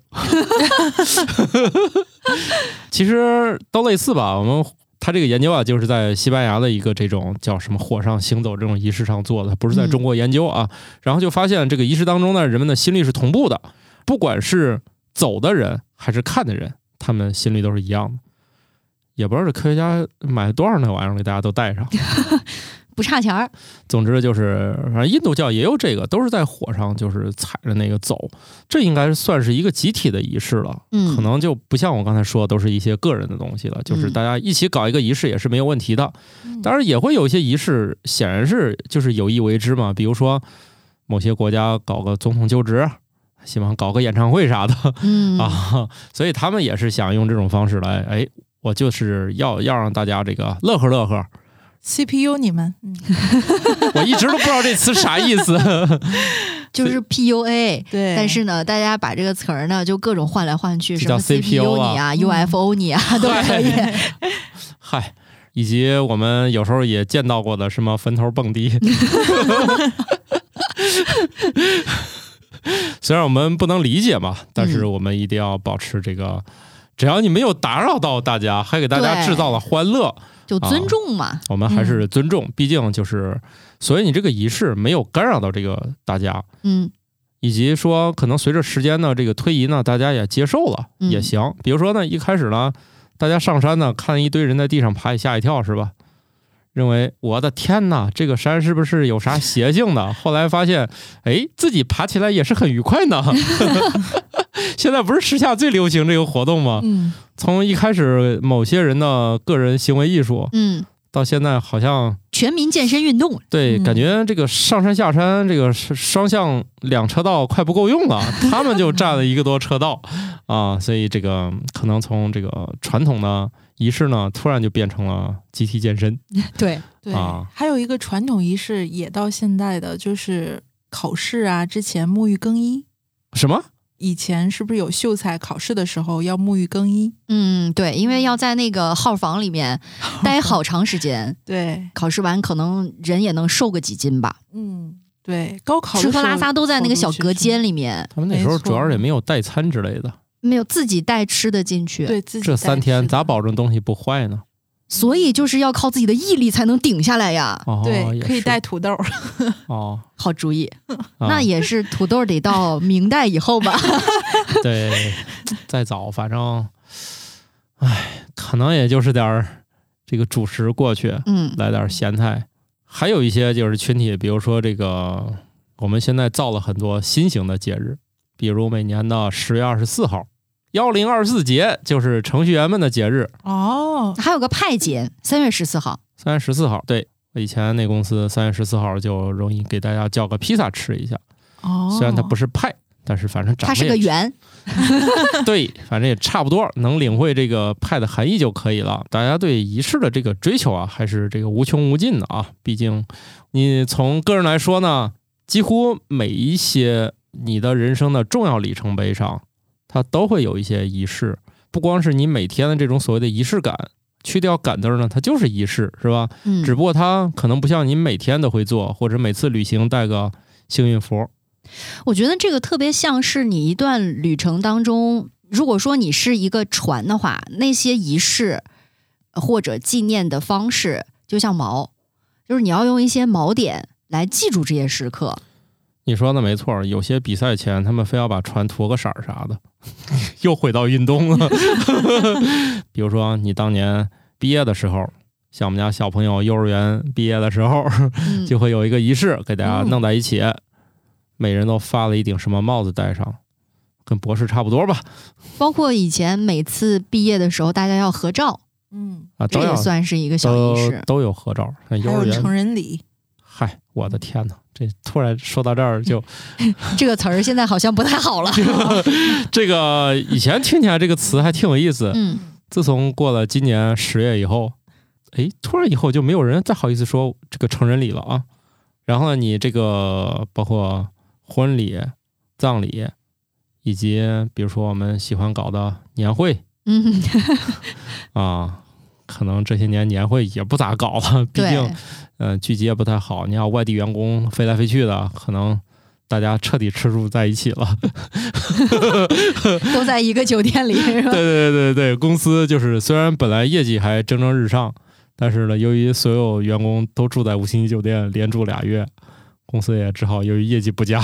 其实都类似吧。我们他这个研究啊，就是在西班牙的一个这种叫什么火上行走这种仪式上做的，不是在中国研究啊。嗯、然后就发现这个仪式当中呢，人们的心率是同步的，不管是走的人还是看的人，他们心率都是一样的。也不知道这科学家买了多少那玩意儿给大家都带上， 不差钱儿。 总之就是，反正印度教也有这个，都是在火上就是踩着那个走，这应该算是一个集体的仪式了。嗯，可能就不像我刚才说的，都是一些个人的东西了，就是大家一起搞一个仪式也是没有问题的。嗯、当然也会有一些仪式，显然是就是有意为之嘛，比如说某些国家搞个总统就职。希望搞个演唱会啥的，嗯啊，所以他们也是想用这种方式来，哎，我就是要要让大家这个乐呵乐呵。 C P U 你们，嗯、 我一直都不知道这词啥意思， 就是 P U A。 对， 但是呢，大家把这个词儿呢就各种换来换去，什么 C P U 你啊、嗯、U F O 你啊都可以。 嗨，以及我们有时候也见到过的什么坟头蹦迪。虽然我们不能理解嘛，但是我们一定要保持这个，嗯、只要你没有打扰到大家，还给大家制造了欢乐， 就尊重嘛、啊。 我们还是尊重，嗯、毕竟就是，所以你这个仪式没有干扰到这个大家， 嗯， 以及说可能随着时间的这个推移呢，大家也接受了，嗯、也行。比如说呢，一开始呢，大家上山呢，看一堆人在地上爬，也吓一跳，是吧？认为我的天哪，这个山是不是有啥邪性的？后来发现，哎，自己爬起来也是很愉快呢。现在不是时下最流行这个活动吗？嗯，从一开始某些人的个人行为艺术，嗯，到现在好像全民健身运动。 对，嗯、感觉这个上山下山，这个双向两车道快不够用了，他们就占了一个多车道啊，所以这个可能从这个传统的仪式呢，突然就变成了集体健身。 对对、啊，还有一个传统仪式也到现在的，就是考试啊之前沐浴更衣。 什么？ 以前是不是有秀才考试的时候要沐浴更衣？ 嗯，对，因为要在那个号房里面待好长时间， 对， 考试完可能人也能瘦个几斤吧。 嗯，对，高考的吃时候喝拉撒都在那个小隔间里面， 他们那时候主要是也没有代餐之类的， 没有自己带吃的进去。 对，自己这三天咋保证东西不坏呢？ 所以就是要靠自己的毅力才能顶下来呀。 哦， 对，可以带带土豆。 哦， 好主意， 啊那也是土豆得到明代以后吧。 对，再早反正，唉，可能也就是点儿这个主食过去， 嗯， 来点咸菜。还有一些就是群体，比如说这个，我们现在造了很多新型的节日，比如每年的十月二十四号，幺零二四节就是程序员们的节日。 哦， 还有个派节，三月十四号。 三月十四号，对，我以前那公司三月十四号就容易给大家叫个披萨吃一下。 哦， 虽然它不是派，但是反正长它得也是个圆。 对，反正也差不多，能领会这个派的含义就可以了。大家对仪式的这个追求啊，还是这个无穷无尽的啊。毕竟你从个人来说呢，几乎每一些你的人生的重要里程碑上，它都会有一些仪式。不光是你每天的这种所谓的仪式感，去掉感字呢，它就是仪式，是吧？ 嗯， 只不过它可能不像你每天都会做，或者每次旅行带个幸运符。 我觉得这个特别像是你一段旅程当中，如果说你是一个船的话，那些仪式或者纪念的方式就像锚，就是你要用一些锚点来记住这些时刻。 你说的没错，有些比赛前他们非要把船涂个色儿啥的，又回到运动了。比如说你当年毕业的时候，像我们家小朋友幼儿园毕业的时候， 嗯、 就会有一个仪式给大家弄在一起，嗯、每人都发了一顶什么帽子戴上，跟博士差不多吧。 包括以前每次毕业的时候，大家要合照， 嗯， 啊， 这也算是一个小仪式， 都, 都有合照。 还幼儿园有成人礼。 嗨，我的天哪！这突然说到这儿就， 这个词儿现在好像不太好了。 这个以前听起来这个词还挺有意思， 嗯， 自从过了今年十月以后，哎，突然以后就没有人再好意思说这个成人礼了啊。然后呢，你这个包括婚礼、葬礼，以及比如说我们喜欢搞的年会， 嗯， 啊，可能这些年年会也不咋搞了，毕竟。嗯、呃，聚集也不太好。你要外地员工飞来飞去的，可能大家彻底吃住在一起了， 都在一个酒店里，是吧？ 对对对对，公司就是虽然本来业绩还蒸蒸日上，但是呢，由于所有员工都住在五星级酒店，连住俩月，公司也只好由于业绩不佳，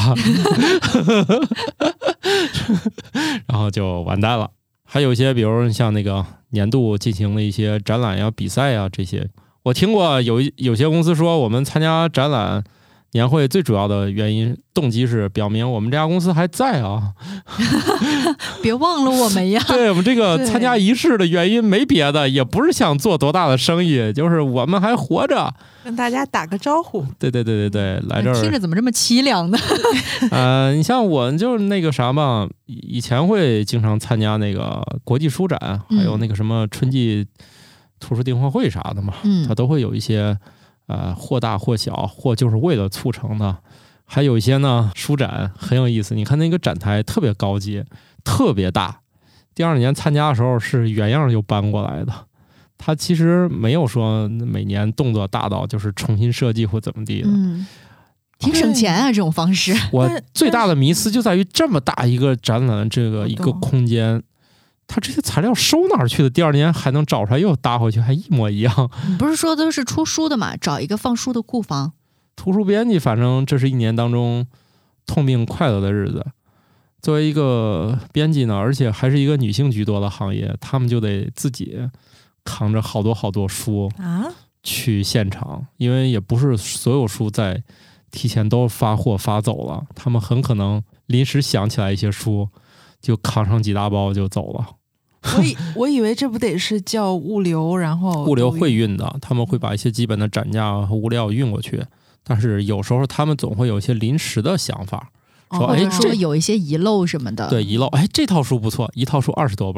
然后就完蛋了。还有一些，比如像那个年度进行了一些展览呀、比赛呀这些。我听过有有些公司说，我们参加展览年会最主要的原因动机是表明我们这家公司还在啊， 别忘了我们呀。 对，我们这个参加仪式的原因没别的，也不是想做多大的生意，就是我们还活着， 跟大家打个招呼。 对对对对对，来这儿听着怎么这么凄凉呢？ 呃，你像我就是那个啥嘛，以前会经常参加那个国际书展，还有那个什么春季图书订货会啥的嘛， 嗯， 它都会有一些呃或大或小，或就是为了促成的。还有一些呢，书展很有意思，你看那个展台特别高级，特别大。第二年参加的时候是原样就搬过来的，它其实没有说每年动作大到就是重新设计或怎么地的。 嗯，挺省钱啊，这种方式。 我最大的迷思就在于这么大一个展览，这个一个空间。他这些材料收哪儿去的？第二年还能找出来又搭回去，还一模一样。 你不是说都是出书的嘛？找一个放书的库房。 图书编辑，反正这是一年当中痛并快乐的日子。作为一个编辑呢，而且还是一个女性居多的行业，他们就得自己扛着好多好多书啊去现场，因为也不是所有书在提前都发货发走了，他们很可能临时想起来一些书，就扛上几大包就走了。 我以我以为这不得是叫物流，然后物流会运的，他们会把一些基本的展架和物料运过去，但是有时候他们总会有一些临时的想法，说哎， 或者说有一些遗漏什么的。 对，遗漏，哎，这套书不错，一套书二十多本，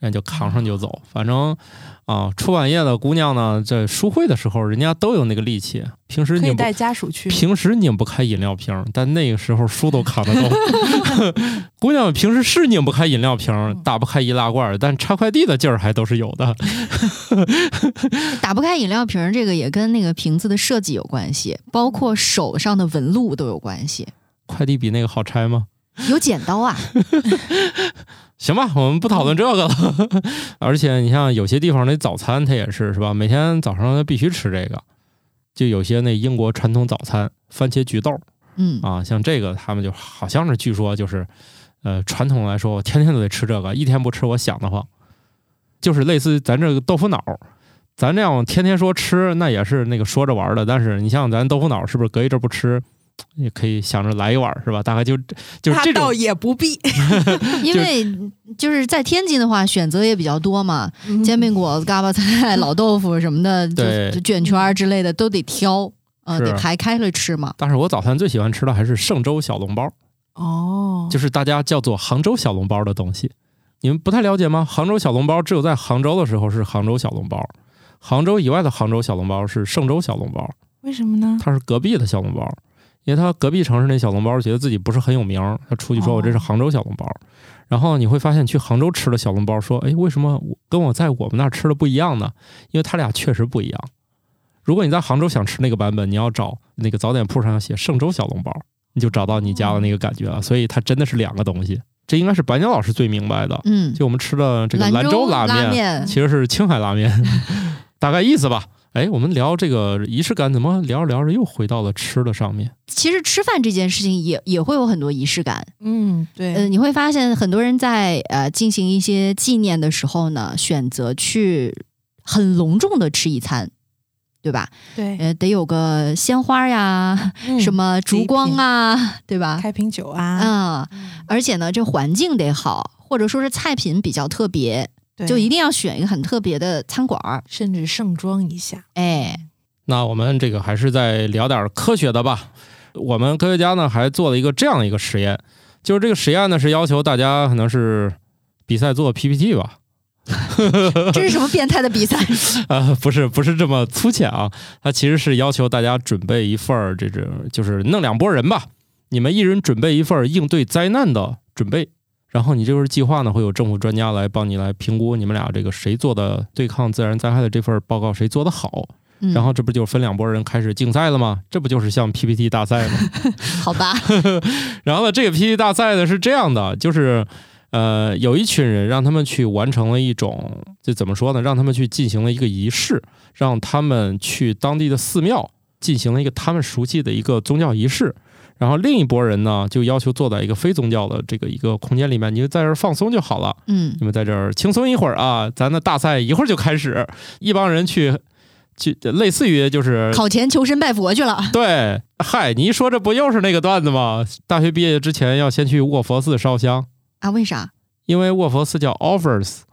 人家就扛上就走。反正啊，出版业的姑娘呢，在书会的时候，人家都有那个力气。平时拧不可以带家属去， 平时拧不开饮料瓶，但那个时候书都扛得动。姑娘们平时是拧不开饮料瓶，打不开易拉罐，但插快递的劲儿还都是有的。 打不开饮料瓶，这个也跟那个瓶子的设计有关系，包括手上的纹路都有关系。 快递比那个好拆吗？ 有剪刀啊。 行吧，我们不讨论这个了。而且你像有些地方那早餐它也是是吧，每天早上必须吃这个，就有些那英国传统早餐番茄焗豆， 嗯啊，像这个他们就好像是据说就是呃传统来说我天天都得吃这个，一天不吃我想得慌。就是类似咱这个豆腐脑，咱这样天天说吃那也是那个说着玩的，但是你像咱豆腐脑是不是隔一阵不吃也可以想着来一碗是吧？大概就就是这种， 那倒也不必。 因为就是在天津的话选择也比较多嘛，煎饼果子、嘎巴菜、老豆腐什么的，就卷圈之类的都得挑，呃，得排开了吃嘛。 但是我早餐最喜欢吃的还是嵊州小笼包。 哦， 就是大家叫做杭州小笼包的东西，你们不太了解吗？杭州小笼包只有在杭州的时候是杭州小笼包，杭州以外的杭州小笼包是嵊州小笼包。 为什么呢？ 它是隔壁的小笼包，因为他隔壁城市那小笼包觉得自己不是很有名，他出去说我这是杭州小笼包。哦、然后你会发现去杭州吃的小笼包说，哎，为什么我跟我在我们那儿吃的不一样呢？因为他俩确实不一样。如果你在杭州想吃那个版本，你要找那个早点铺上写嵊州小笼包，你就找到你家的那个感觉了。所以它真的是两个东西。这应该是白鸟老师最明白的。 嗯， 就我们吃的这个兰州拉 面, 拉面其实是青海拉面，大概意思吧。哎，我们聊这个仪式感，怎么聊着聊着又回到了吃的上面？ 其实吃饭这件事情也也会有很多仪式感。 嗯，对。 呃，你会发现很多人在呃进行一些纪念的时候呢，选择去很隆重的吃一餐，对吧？ 对， 呃，得有个鲜花呀，嗯、什么烛光啊，对吧？ 开瓶酒啊， 啊、嗯，而且呢，这环境得好，或者说是菜品比较特别。就一定要选一个很特别的餐馆， 甚至盛装一下。 哎， 那我们这个还是再聊点科学的吧。我们科学家呢还做了一个这样的一个实验，就是这个实验呢是要求大家可能是比赛做 P P T 吧。 这是什么变态的比赛？ 呃，不是，不是这么粗浅啊。它其实是要求大家准备一份这种，就是弄两拨人吧，你们一人准备一份应对灾难的准备。然后你这份计划呢，会有政府专家来帮你来评估你们俩这个谁做的对抗自然灾害的这份报告谁做的好。嗯、然后这不就分两拨人开始竞赛了吗？这不就是像 P P T 大赛吗？ 好吧。 然后呢，这个 P P T 大赛呢是这样的，就是呃，有一群人让他们去完成了一种，这怎么说呢？让他们去进行了一个仪式，让他们去当地的寺庙进行了一个他们熟悉的一个宗教仪式。然后另一拨人呢，就要求坐在一个非宗教的这个一个空间里面，你就在这儿放松就好了。 嗯， 你们在这儿轻松一会儿啊，咱的大赛一会儿就开始。一帮人去，去类似于就是考前求神拜佛去了。 对，嗨，你一说这不又是那个段子吗？大学毕业之前要先去卧佛寺烧香啊？为啥？ 因为卧佛寺叫 offers。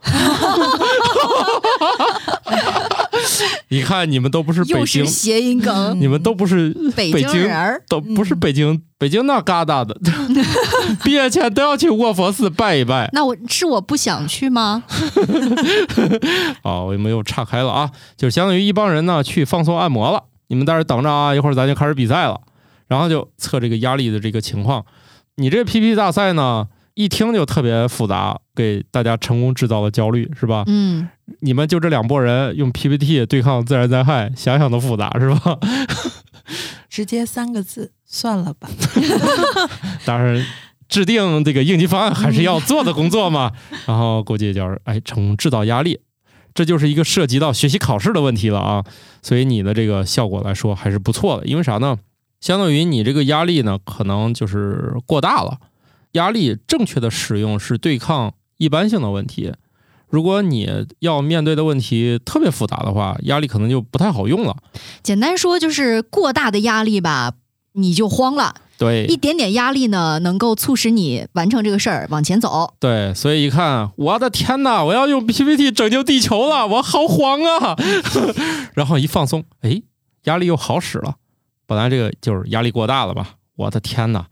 你看，你们都不是北京， 又是谐音梗， 你们都不是北京， 北京人都不是北京，嗯、北京那旮瘩的，毕业前都要去卧佛寺拜一拜。 那我是我不想去吗？ 哦，我们又岔开了啊，就是相当于一帮人呢去放松按摩了，你们在这等着啊，一会儿咱就开始比赛了，然后就测这个压力的这个情况。你这 P P T 大赛呢？一听就特别复杂，给大家成功制造了焦虑，是吧？ 嗯， 你们就这两拨人用 P P T 对抗自然灾害，想想都复杂，是吧？ 直接三个字，算了吧。 当然，制定这个应急方案还是要做的工作嘛。然后估计就是哎，成功制造压力，这就是一个涉及到学习考试的问题了啊。所以你的这个效果来说还是不错的，因为啥呢？相当于你这个压力呢，可能就是过大了。压力正确的使用是对抗一般性的问题，如果你要面对的问题特别复杂的话，压力可能就不太好用了。 简单说就是过大的压力吧，你就慌了。 对，一点点压力呢，能够促使你完成这个事儿，往前走。 对，所以一看，我的天哪，我要用 P P T 拯救地球了，我好慌啊！然后一放松，哎，压力又好使了。本来这个就是压力过大了吧？我的天哪！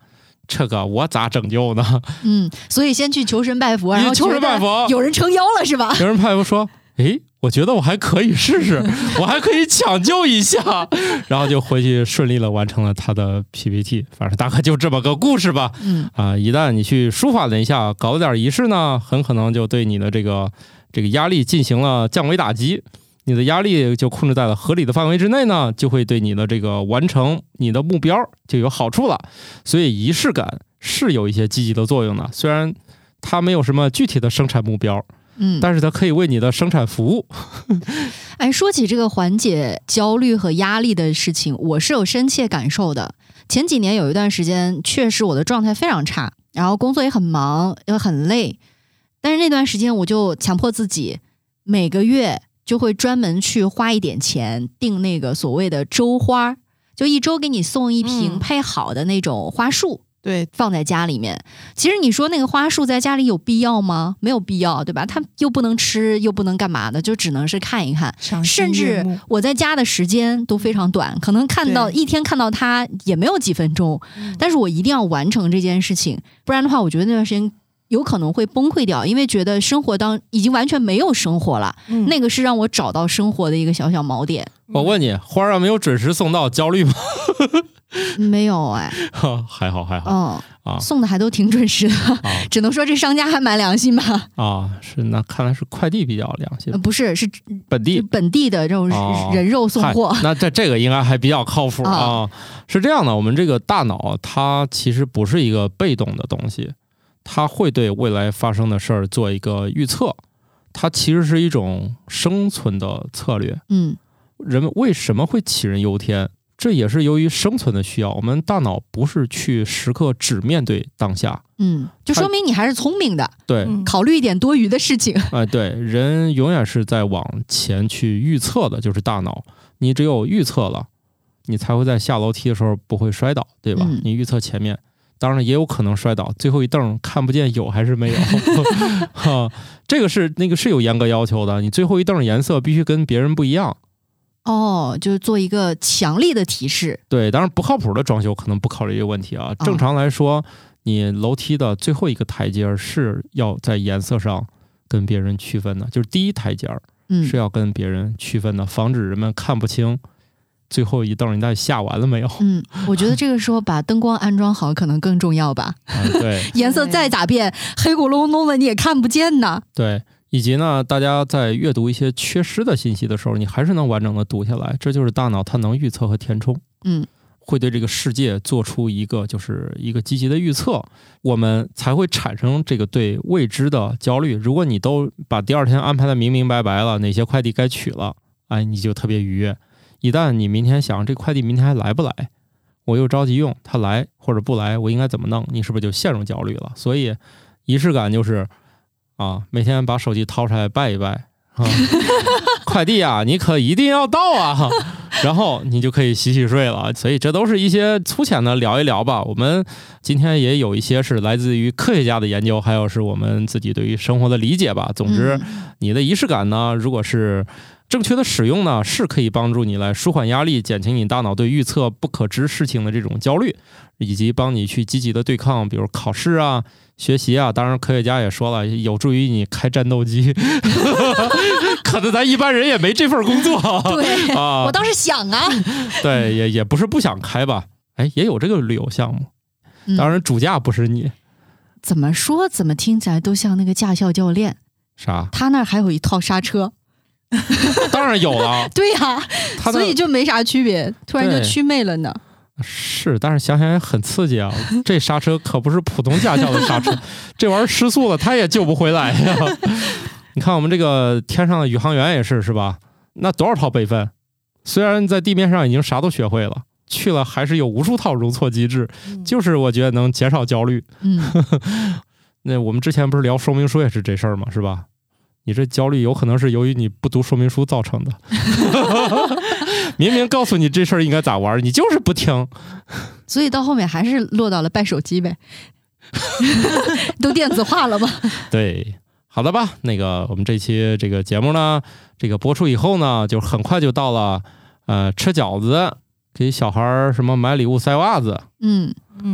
这个我咋拯救呢？ 嗯，所以先去求神拜佛，然后求神拜佛， 有人撑腰了是吧？ 有人拜佛说，诶，我觉得我还可以试试，我还可以抢救一下，然后就回去顺利了完成了他的 P P T。反正大概就这么个故事吧。 嗯啊，一旦你去舒缓了一下，搞了点仪式呢，很可能就对你的这个这个压力进行了降维打击。你的压力就控制在了合理的范围之内呢，就会对你的这个完成你的目标就有好处了。所以仪式感是有一些积极的作用的，虽然它没有什么具体的生产目标， 嗯， 但是它可以为你的生产服务。 哎，说起这个缓解焦虑和压力的事情，我是有深切感受的。前几年有一段时间，确实我的状态非常差，然后工作也很忙，也很累。但是那段时间，我就强迫自己每个月就会专门去花一点钱订那个所谓的周花，就一周给你送一瓶配好的那种花束。 嗯对， 放在家里面。其实你说那个花束在家里有必要吗？没有必要，对吧？它又不能吃，又不能干嘛的，就只能是看一看。甚至我在家的时间都非常短，可能看到一天看到它也没有几分钟，但是我一定要完成这件事情，不然的话，我觉得那段时间有可能会崩溃掉，因为觉得生活当已经完全没有生活了。嗯、那个是让我找到生活的一个小小锚点。 我问你，花儿没有准时送到，焦虑吗？ 没有哎， 还好还好， 嗯啊，送的还都挺准时的，啊、只能说这商家还蛮良心吧。 啊，是那看来是快递比较良心， 呃、不是是本地本地的这种人肉送货。 哦、那这这个应该还比较靠谱啊。啊是这样的，我们这个大脑它其实不是一个被动的东西，它会对未来发生的事儿做一个预测，它其实是一种生存的策略。 嗯， 人们为什么会杞人忧天？这也是由于生存的需要，我们大脑不是去时刻只面对当下， 嗯，就说明你还是聪明的， 对， 考虑一点多余的事情。 哎、呃，对，人永远是在往前去预测的，就是大脑。你只有预测了，你才会在下楼梯的时候不会摔倒，对吧？嗯、你预测前面，当然也有可能摔倒，最后一蹬看不见有还是没有，哈，这个是那个是有严格要求的，你最后一蹬颜色必须跟别人不一样。 哦，就是做一个强力的提示。 对，当然不靠谱的装修可能不考虑这个问题啊。 哦、 正常来说，你楼梯的最后一个台阶是要在颜色上跟别人区分的，就是第一台阶是要跟别人区分的，嗯、防止人们看不清最后一蹬你到底下完了没有。 嗯，我觉得这个时候把灯光安装好可能更重要吧。 啊、对， 颜色再咋变，黑咕隆咚的你也看不见呢。 对。以及呢，大家在阅读一些缺失的信息的时候，你还是能完整的读下来，这就是大脑它能预测和填充， 嗯， 会对这个世界做出一个就是一个积极的预测，我们才会产生这个对未知的焦虑。如果你都把第二天安排的明明白白了，哪些快递该取了，哎，你就特别愉悦。一旦你明天想这快递明天还来不来，我又着急用，它来或者不来，我应该怎么弄？你是不是就陷入焦虑了？所以仪式感就是啊，每天把手机掏出来拜一拜啊，快递啊，你可一定要到啊，然后你就可以洗洗睡了。所以这都是一些粗浅的聊一聊吧。我们今天也有一些是来自于科学家的研究，还有是我们自己对于生活的理解吧。总之，你的仪式感呢，如果是正确的使用呢，是可以帮助你来舒缓压力，减轻你大脑对预测不可知事情的这种焦虑，以及帮你去积极的对抗，比如考试啊、学习啊。当然，科学家也说了，有助于你开战斗机。可能咱一般人也没这份工作。 对啊，我倒是想啊。 对，也也不是不想开吧。哎，也有这个旅游项目。当然，主驾不是你。 嗯、怎么说？怎么听起来都像那个驾校教练？ 啥？ 他那儿还有一套刹车。 当然有了。 对呀、啊，所以就没啥区别，突然就祛魅了呢。 是，但是想想也很刺激啊！这刹车可不是普通驾校的刹车，这玩意儿失速了，它也救不回来呀。你看我们这个天上的宇航员也是，是吧？那多少套备份？虽然在地面上已经啥都学会了，去了还是有无数套容错机制，嗯、就是我觉得能减少焦虑。 嗯， 那我们之前不是聊说明书也是这事儿嘛，是吧？你这焦虑有可能是由于你不读说明书造成的。明明告诉你这事儿应该咋玩，你就是不听， 所以到后面还是落到了拜手机呗。都电子化了嘛。对， 好的吧。那个我们这期这个节目呢，这个播出以后呢，就很快就到了呃吃饺子，给小孩什么买礼物塞袜子， 嗯嗯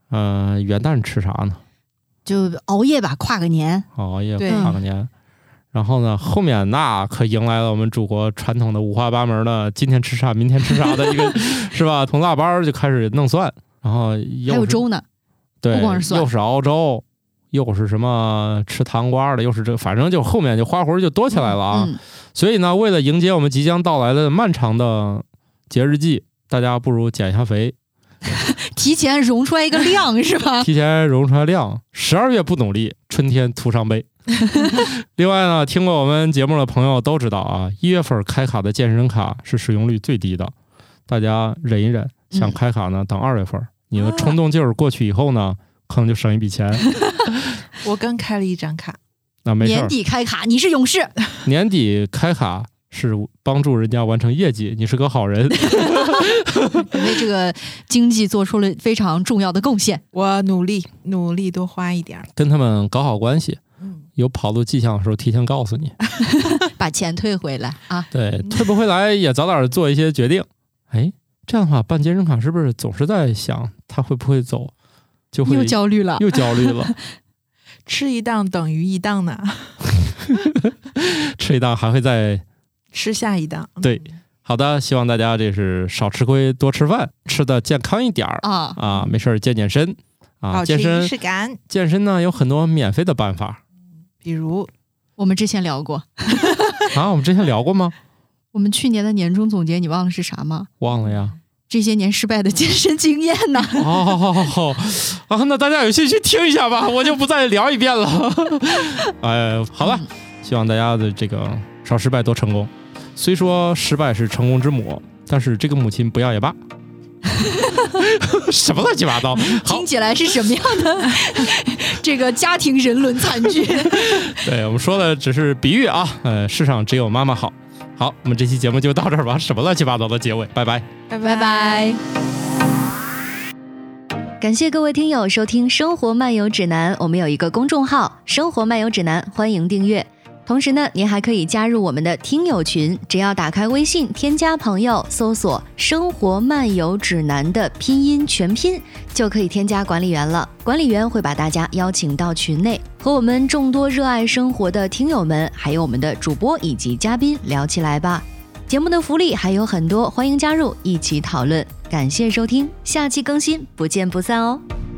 呃，元旦吃啥呢？ 就熬夜吧，跨个年。 熬夜对跨个年。然后呢，后面那可迎来了我们祖国传统的五花八门的今天吃啥明天吃啥的一个是吧？从腊八就开始弄蒜，然后又还有粥呢， 对， 不光是蒜又是熬粥，又是什么吃糖瓜的，又是这，反正就后面就花活就多起来了啊。 嗯， 所以呢，为了迎接我们即将到来的漫长的节日季，大家不如减一下肥， 提前融出来一个量是吧？ 提前融出来量。十二月不努力，春天徒伤悲。另外呢，听过我们节目的朋友都知道啊，一月份开卡的健身卡是使用率最低的，大家忍一忍，想开卡呢，等二月份，你的冲动劲儿过去以后呢，可能就省一笔钱。 我刚开了一张卡， 那没事儿， 年底开卡，你是勇士。 年底开卡是帮助人家完成业绩，你是个好人。 你为这个经济做出了非常重要的贡献。 我努力努力多花一点儿。 跟他们搞好关系， 嗯， 有跑路迹象的时候提前告诉你。 把钱退回来啊！ 对，退不回来也早点做一些决定。哎，这样的话办健身卡是不是总是在想他会不会走，就会又焦虑了， 又焦虑了。 吃一档等于一档呢， 吃一档还会再吃下一档。 对。好的，希望大家这是少吃亏，多吃饭，吃的健康一点儿啊啊，没事儿健健身啊， 保持仪健身式感。 健身呢有很多免费的办法比如我们之前聊过， 啊，我们之前聊过吗？ 我们去年的年终总结，你忘了是啥吗？ 忘了呀。 这些年失败的健身经验呢？ 好好好好好啊，那大家有兴趣听一下吧，我就不再聊一遍了。哎，好了，希望大家的这个少失败多成功。虽说失败是成功之母，但是这个母亲不要也罢。什么乱七八糟？好听起来是什么样的这个家庭人伦惨剧？ 对，我们说的只是比喻啊，呃，世上只有妈妈好。好，我们这期节目就到这儿吧。什么乱七八糟的结尾？拜拜， 拜拜拜。 感谢各位听友收听《生活漫游指南》，我们有一个公众号《生活漫游指南》，欢迎订阅。同时呢，您还可以加入我们的听友群，只要打开微信添加朋友，搜索生活漫游指南的拼音全拼，就可以添加管理员了。管理员会把大家邀请到群内，和我们众多热爱生活的听友们，还有我们的主播以及嘉宾聊起来吧。节目的福利还有很多，欢迎加入一起讨论。感谢收听，下期更新，不见不散哦。